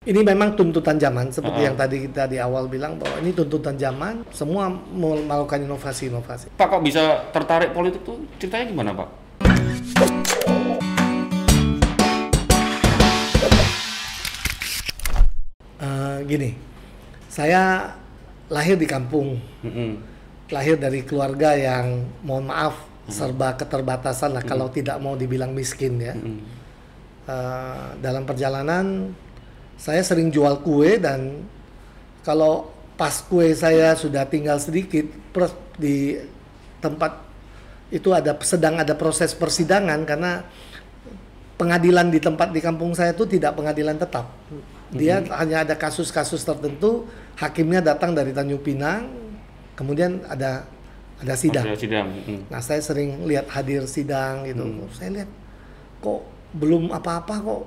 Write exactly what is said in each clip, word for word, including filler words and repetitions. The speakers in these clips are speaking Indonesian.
Ini memang tuntutan zaman seperti Uh-uh. yang tadi kita di awal bilang bahwa ini tuntutan zaman, semua mau melakukan inovasi-inovasi. Pak, kok bisa tertarik politik tuh ceritanya gimana, Pak? Uh, gini, saya lahir di kampung, Mm-hmm. lahir dari keluarga yang mohon maaf serba keterbatasan lah, mm-hmm. kalau tidak mau dibilang miskin ya. Mm-hmm. Uh, dalam perjalanan saya sering jual kue, dan kalau pas kue saya sudah tinggal sedikit di tempat itu ada sedang ada proses persidangan, karena pengadilan di tempat di kampung saya itu tidak pengadilan tetap. Dia mm-hmm. hanya ada kasus-kasus tertentu, hakimnya datang dari Tanjung Pinang, kemudian ada ada sidang. Ada sidang. Mm-hmm. Nah, saya sering lihat hadir sidang gitu. Mm-hmm. Saya lihat kok belum apa-apa kok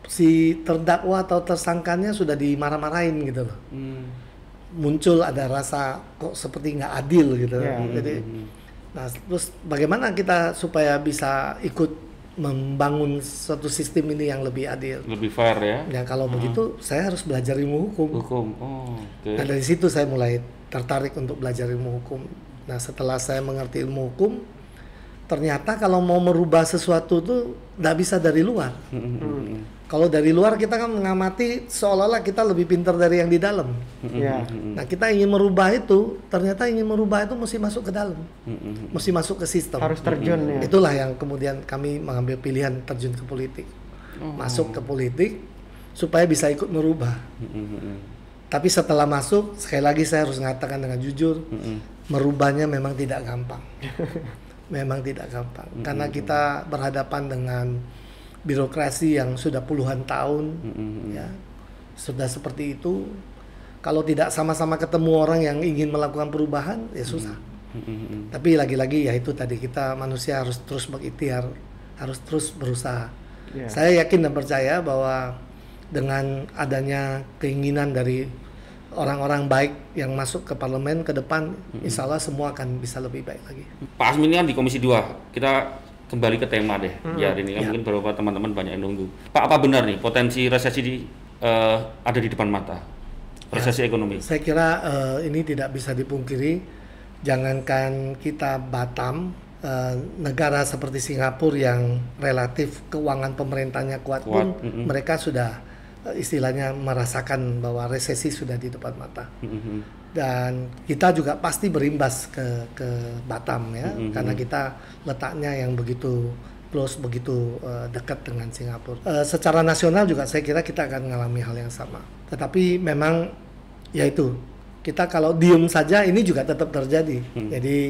si terdakwa atau tersangkanya sudah dimarah-marahin gitu loh. Mm. Muncul ada rasa kok seperti nggak adil gitu. Yeah. Jadi, mm-hmm. nah terus bagaimana kita supaya bisa ikut membangun suatu sistem ini yang lebih adil, lebih fair ya? Ya kalau uh-huh. begitu saya harus belajar ilmu hukum. Hukum, oh. Okay. Nah dari situ saya mulai tertarik untuk belajar ilmu hukum. Nah setelah saya mengerti ilmu hukum, ternyata kalau mau merubah sesuatu tuh nggak bisa dari luar. Mm-hmm. Kalau dari luar kita kan mengamati seolah-olah kita lebih pintar dari yang di dalam. Mm-hmm. Yeah. Nah kita ingin merubah itu, ternyata ingin merubah itu mesti masuk ke dalam, mm-hmm. mesti masuk ke sistem. Harus terjun mm-hmm. ya. Itulah yang kemudian kami mengambil pilihan terjun ke politik, oh. masuk ke politik supaya bisa ikut merubah. Mm-hmm. Tapi setelah masuk, sekali lagi saya harus mengatakan dengan jujur, mm-hmm. merubahnya memang tidak gampang. Memang tidak gampang, mm-hmm. karena kita berhadapan dengan birokrasi yang sudah puluhan tahun, mm-hmm. ya sudah seperti itu. Kalau tidak sama-sama ketemu orang yang ingin melakukan perubahan, ya susah. Mm-hmm. Tapi lagi-lagi ya itu tadi, kita manusia harus terus berikhtiar, harus terus berusaha. Yeah. Saya yakin dan percaya bahwa dengan adanya keinginan dari orang-orang baik yang masuk ke parlemen ke depan, mm-hmm. insya Allah semua akan bisa lebih baik lagi. Pak Asmin ini kan di Komisi dua, kita kembali ke tema deh, mm-hmm. ya hari ini, ya. Mungkin beberapa teman-teman banyak yang nunggu. Pak, apa benar nih potensi resesi di, uh, ada di depan mata? Resesi ya, ekonomi? Saya kira uh, ini tidak bisa dipungkiri, jangankan kita Batam, uh, negara seperti Singapura yang relatif keuangan pemerintahnya kuat, kuat. pun, mm-hmm. mereka sudah istilahnya merasakan bahwa resesi sudah di depan mata, mm-hmm. dan kita juga pasti berimbas ke ke Batam ya, mm-hmm. karena kita letaknya yang begitu close, begitu uh, dekat dengan Singapura. Uh, secara nasional juga saya kira kita akan mengalami hal yang sama. Tetapi memang ya itu, kita kalau diem saja ini juga tetap terjadi. Mm-hmm. Jadi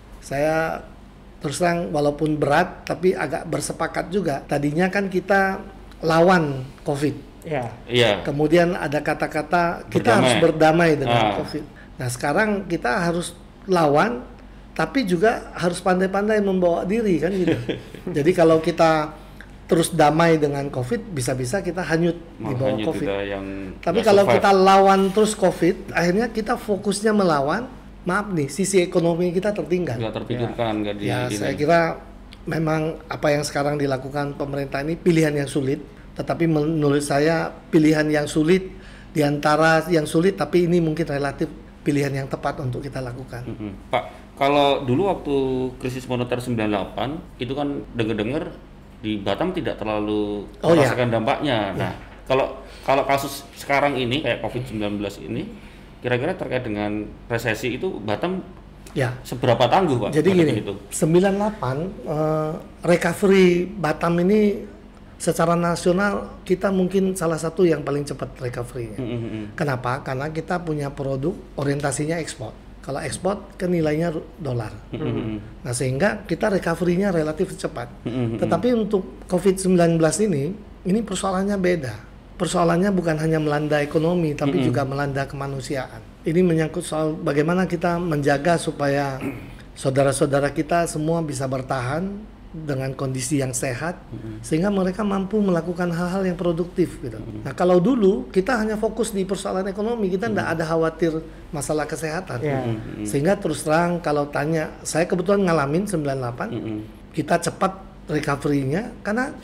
saya terus terang walaupun berat tapi agak bersepakat juga. Tadinya kan kita lawan COVID. Ya. Iya. Kemudian ada kata-kata kita berdamai. harus berdamai dengan ah. COVID. Nah sekarang kita harus lawan, tapi juga harus pandai-pandai membawa diri kan gitu. Jadi kalau kita terus damai dengan COVID, bisa-bisa kita hanyut di bawah COVID. Yang tapi kalau survive. Kita lawan terus COVID, akhirnya kita fokusnya melawan. Maaf nih, sisi ekonomi kita tertinggal. Nggak terpikirkan, nggak ya. di. Ya saya kira memang apa yang sekarang dilakukan pemerintah ini pilihan yang sulit. Tetapi menurut saya pilihan yang sulit, diantara yang sulit tapi ini mungkin relatif pilihan yang tepat untuk kita lakukan. Mm-hmm. Pak, kalau dulu waktu krisis moneter sembilan puluh delapan itu kan dengar-dengar di Batam tidak terlalu oh, merasakan ya. dampaknya. Ya. Nah, kalau kalau kasus sekarang ini kayak COVID sembilan belas ini, kira-kira terkait dengan resesi itu Batam ya seberapa tangguh, Pak? Jadi gini, itu? sembilan puluh delapan uh, recovery Batam ini secara nasional kita mungkin salah satu yang paling cepat recovery-nya. Mm-hmm. Kenapa? Karena kita punya produk orientasinya ekspor. Kalau ekspor kan nilainya dolar. Mm-hmm. Nah sehingga kita recovery-nya relatif cepat. Mm-hmm. Tetapi untuk COVID sembilan belas ini, ini persoalannya beda. Persoalannya bukan hanya melanda ekonomi, tapi mm-hmm. juga melanda kemanusiaan. Ini menyangkut soal bagaimana kita menjaga supaya saudara-saudara kita semua bisa bertahan dengan kondisi yang sehat, mm-hmm. sehingga mereka mampu melakukan hal-hal yang produktif gitu. Mm-hmm. Nah kalau dulu kita hanya fokus di persoalan ekonomi, kita tidak mm-hmm. ada khawatir masalah kesehatan. Yeah. Mm-hmm. Sehingga terus terang kalau tanya, saya kebetulan ngalamin sembilan puluh delapan, mm-hmm. kita cepat recovery-nya karena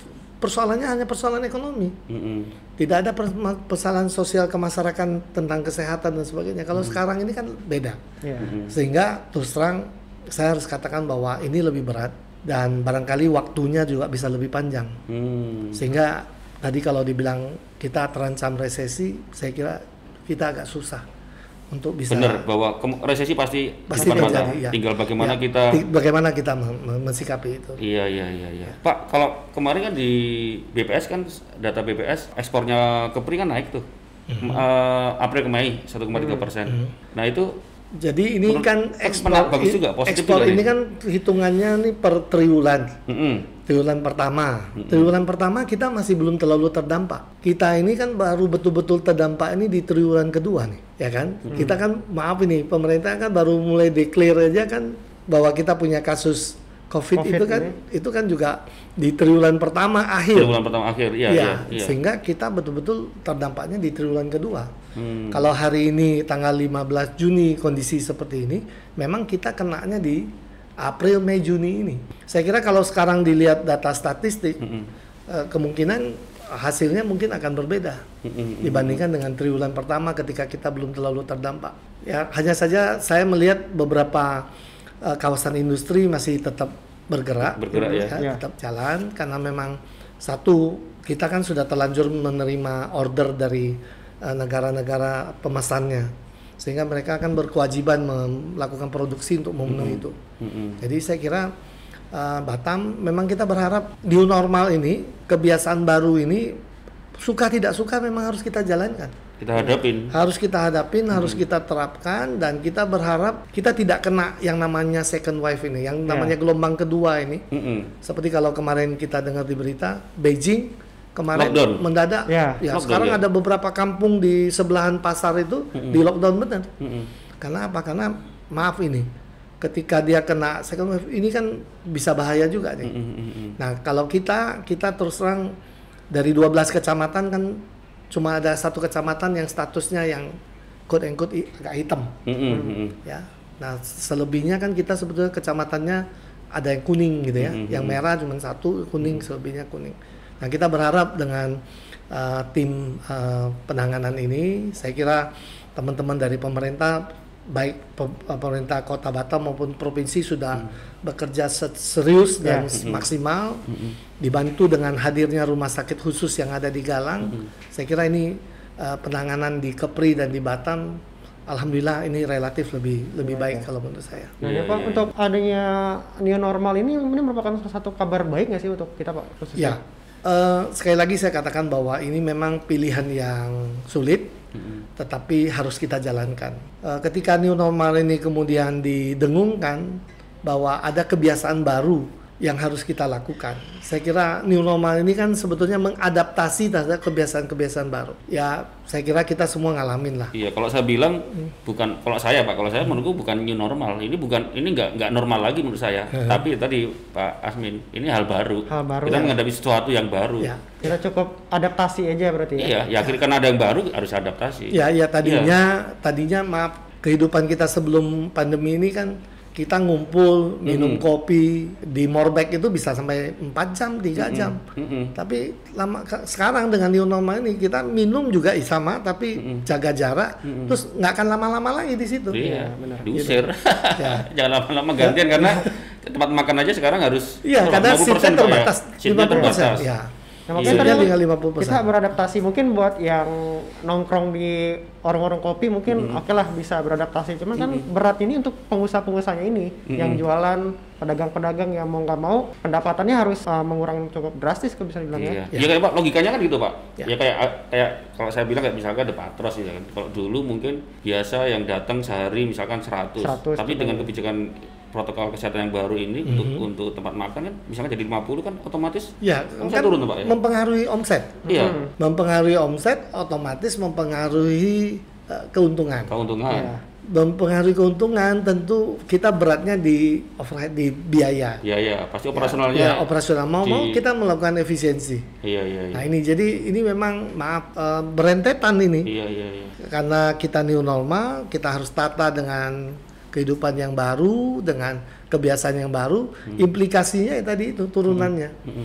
persoalannya hanya persoalan ekonomi. Mm-hmm. Tidak ada persoalan sosial kemasyarakatan tentang kesehatan dan sebagainya. Kalau mm-hmm. sekarang ini kan beda. Yeah. Mm-hmm. Sehingga terus terang saya harus katakan bahwa ini lebih berat dan barangkali waktunya juga bisa lebih panjang. Mm. Sehingga tadi kalau dibilang kita terancam resesi, saya kira kita agak susah untuk bisa. Benar bahwa resesi pasti pasti terjadi, ya. Tinggal bagaimana ya, kita bagaimana kita mensikapi itu. Iya iya iya iya. Ya. Pak, kalau kemarin kan di B P S kan data B P S ekspornya ke Pri kan naik tuh. Mm-hmm. Uh, April ke Mei satu koma tiga persen. Mm-hmm. Nah, itu jadi ini menurut, kan ekspor bagus juga, positif ekspor juga ini nih. Kan hitungannya nih per triwulan. Mm-hmm. Triwulan pertama. Mm-hmm. Triwulan pertama kita masih belum terlalu terdampak. Kita ini kan baru betul-betul terdampak ini di triwulan kedua nih, ya kan? Mm-hmm. Kita kan maaf ini pemerintah kan baru mulai declare aja kan bahwa kita punya kasus COVID, COVID itu kan ini. Itu kan juga di triwulan pertama akhir. Triwulan pertama akhir, iya. Ya, iya, iya. Sehingga kita betul-betul terdampaknya di triwulan kedua. Hmm. Kalau hari ini tanggal lima belas Juni kondisi seperti ini, memang kita kenanya di April, Mei, Juni ini. Saya kira kalau sekarang dilihat data statistik, hmm. eh, kemungkinan hasilnya mungkin akan berbeda hmm. dibandingkan dengan triwulan pertama ketika kita belum terlalu terdampak. Ya, hanya saja saya melihat beberapa uh, kawasan industri masih tetap bergerak, bergerak ya, ya, ya, tetap jalan karena memang satu kita kan sudah terlanjur menerima order dari uh, negara-negara pemesannya, sehingga mereka akan berkewajiban melakukan produksi untuk memenuhi mm-hmm. itu. Mm-hmm. Jadi saya kira uh, Batam memang kita berharap new normal ini, kebiasaan baru ini, suka tidak suka memang harus kita jalankan. Kita hadapin. Harus kita hadapin, hmm. harus kita terapkan, dan kita berharap kita tidak kena yang namanya second wave ini, yang namanya yeah. gelombang kedua ini. Mm-hmm. Seperti kalau kemarin kita dengar di berita, Beijing kemarin lockdown. Mendadak, yeah. ya lockdown, sekarang ya. Ada beberapa kampung di sebelahan pasar itu mm-hmm. di lockdown benar. Mm-hmm. Karena apa? Karena maaf ini, ketika dia kena second wave ini kan bisa bahaya juga nih. Mm-hmm. Nah kalau kita kita terus terang dari dua belas kecamatan kan cuma ada satu kecamatan yang statusnya yang quote and quote agak hitam, mm-hmm. ya. Nah selebihnya kan kita sebetulnya kecamatannya ada yang kuning gitu ya, mm-hmm. yang merah cuma satu, kuning mm-hmm. selebihnya kuning. Nah kita berharap dengan uh, tim uh, penanganan ini, saya kira teman-teman dari pemerintah, baik pemerintah Kota Batam maupun provinsi sudah hmm. bekerja serius dan yeah. maksimal, hmm. dibantu dengan hadirnya rumah sakit khusus yang ada di Galang. Hmm. Saya kira ini uh, penanganan di Kepri dan di Batam, alhamdulillah ini relatif lebih lebih baik yeah. kalau menurut saya. Nah, ya, Pak, yeah. untuk adanya new normal ini ini merupakan salah satu kabar baik nggak sih untuk kita, Pak? Ya, uh, sekali lagi saya katakan bahwa ini memang pilihan yang sulit. Hmm. Tetapi harus kita jalankan. Uh, ketika new normal ini kemudian didengungkan bahwa ada kebiasaan baru yang harus kita lakukan. Saya kira new normal ini kan sebetulnya mengadaptasi terhadap kebiasaan-kebiasaan baru. Ya, saya kira kita semua ngalamin lah. Iya, kalau saya bilang hmm. bukan, kalau saya Pak, kalau saya hmm. menurutku bukan new normal. Ini bukan, ini nggak nggak normal lagi menurut saya. Hmm. Tapi tadi Pak Asmin, ini hal baru. Hal baru. Kita ya. menghadapi sesuatu yang baru. Ya. Kita cukup adaptasi aja berarti ya. Iya, ya akhirnya karena ada yang baru harus adaptasi. Ya, ya tadinya, ya. tadinya maaf kehidupan kita sebelum pandemi ini kan kita ngumpul, minum mm-hmm. kopi di Morbek itu bisa sampai empat jam, tiga jam. Mm-hmm. Tapi lama sekarang dengan new normal ini kita minum juga sama tapi mm-hmm. jaga jarak, mm-hmm. terus nggak akan lama-lama lagi di situ. Iya, benar. Diusir. Gitu. Ya. Jangan lama-lama gantian ya. Karena tempat makan aja sekarang harus iya, karena seatnya terbatas. Seatnya terbatas. Ya. Nah, makanya iya. kita beradaptasi mungkin buat yang nongkrong di warung-warung kopi mungkin mm-hmm. oke okay lah bisa beradaptasi, cuman mm-hmm. kan berat ini untuk pengusaha-pengusahanya ini mm-hmm. yang jualan, pedagang-pedagang yang mau nggak mau pendapatannya harus uh, mengurangi cukup drastis kalau bisa dibilang iya. ya. Ya kayak Pak, logikanya kan gitu Pak. Ya, ya kayak kayak kalau saya bilang kayak misalkan ada patros gitu kan. Kalau dulu mungkin biasa yang datang sehari misalkan seratus, seratus tapi dengan kebijakan protokol kesehatan yang baru ini mm-hmm. untuk untuk tempat makan kan misalnya jadi lima puluh kan otomatis ya, omset kan turun Pak ya. Mempengaruhi omset. Iya. Hmm. Mempengaruhi omset otomatis mempengaruhi uh, keuntungan. Keuntungan. Ya. Mempengaruhi keuntungan tentu kita beratnya di overhead, di biaya. Iya iya, pasti operasionalnya. Ya, ya operasional mau di... mau kita melakukan efisiensi. Iya iya iya. Nah, ini jadi ini memang maaf uh, berentetan ini. Iya iya iya. Karena kita new normal, kita harus tata dengan kehidupan yang baru, dengan kebiasaan yang baru, hmm. implikasinya ya tadi itu turunannya. Hmm. Hmm.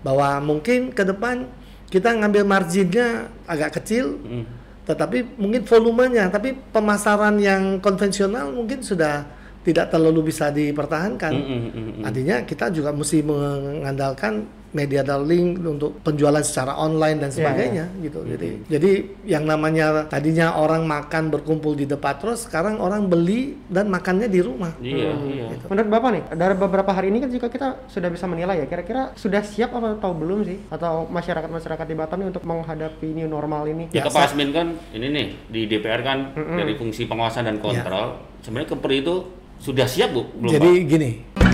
bahwa mungkin ke depan kita ngambil marginnya agak kecil, mm. tetapi mungkin volumenya, tapi pemasaran yang konvensional mungkin sudah tidak terlalu bisa dipertahankan. Mm, mm, mm, mm. Artinya kita juga mesti mengandalkan media darling untuk penjualan secara online dan sebagainya, yeah, yeah. gitu. Mm, jadi, mm. jadi yang namanya tadinya orang makan berkumpul di Depatros, sekarang orang beli dan makannya di rumah. Iya. Hmm, iya. Gitu. Menurut Bapak nih, dari beberapa hari ini kan juga kita sudah bisa menilai ya, kira-kira sudah siap atau belum sih, atau masyarakat-masyarakat di Batam ini untuk menghadapi new normal ini? Ya, Pak Asmin kan ini nih di D P R kan mm -mm. dari fungsi pengawasan dan kontrol. Yeah. Sebenarnya Kepri itu sudah siap Bu? Belum, Jadi Pak? gini.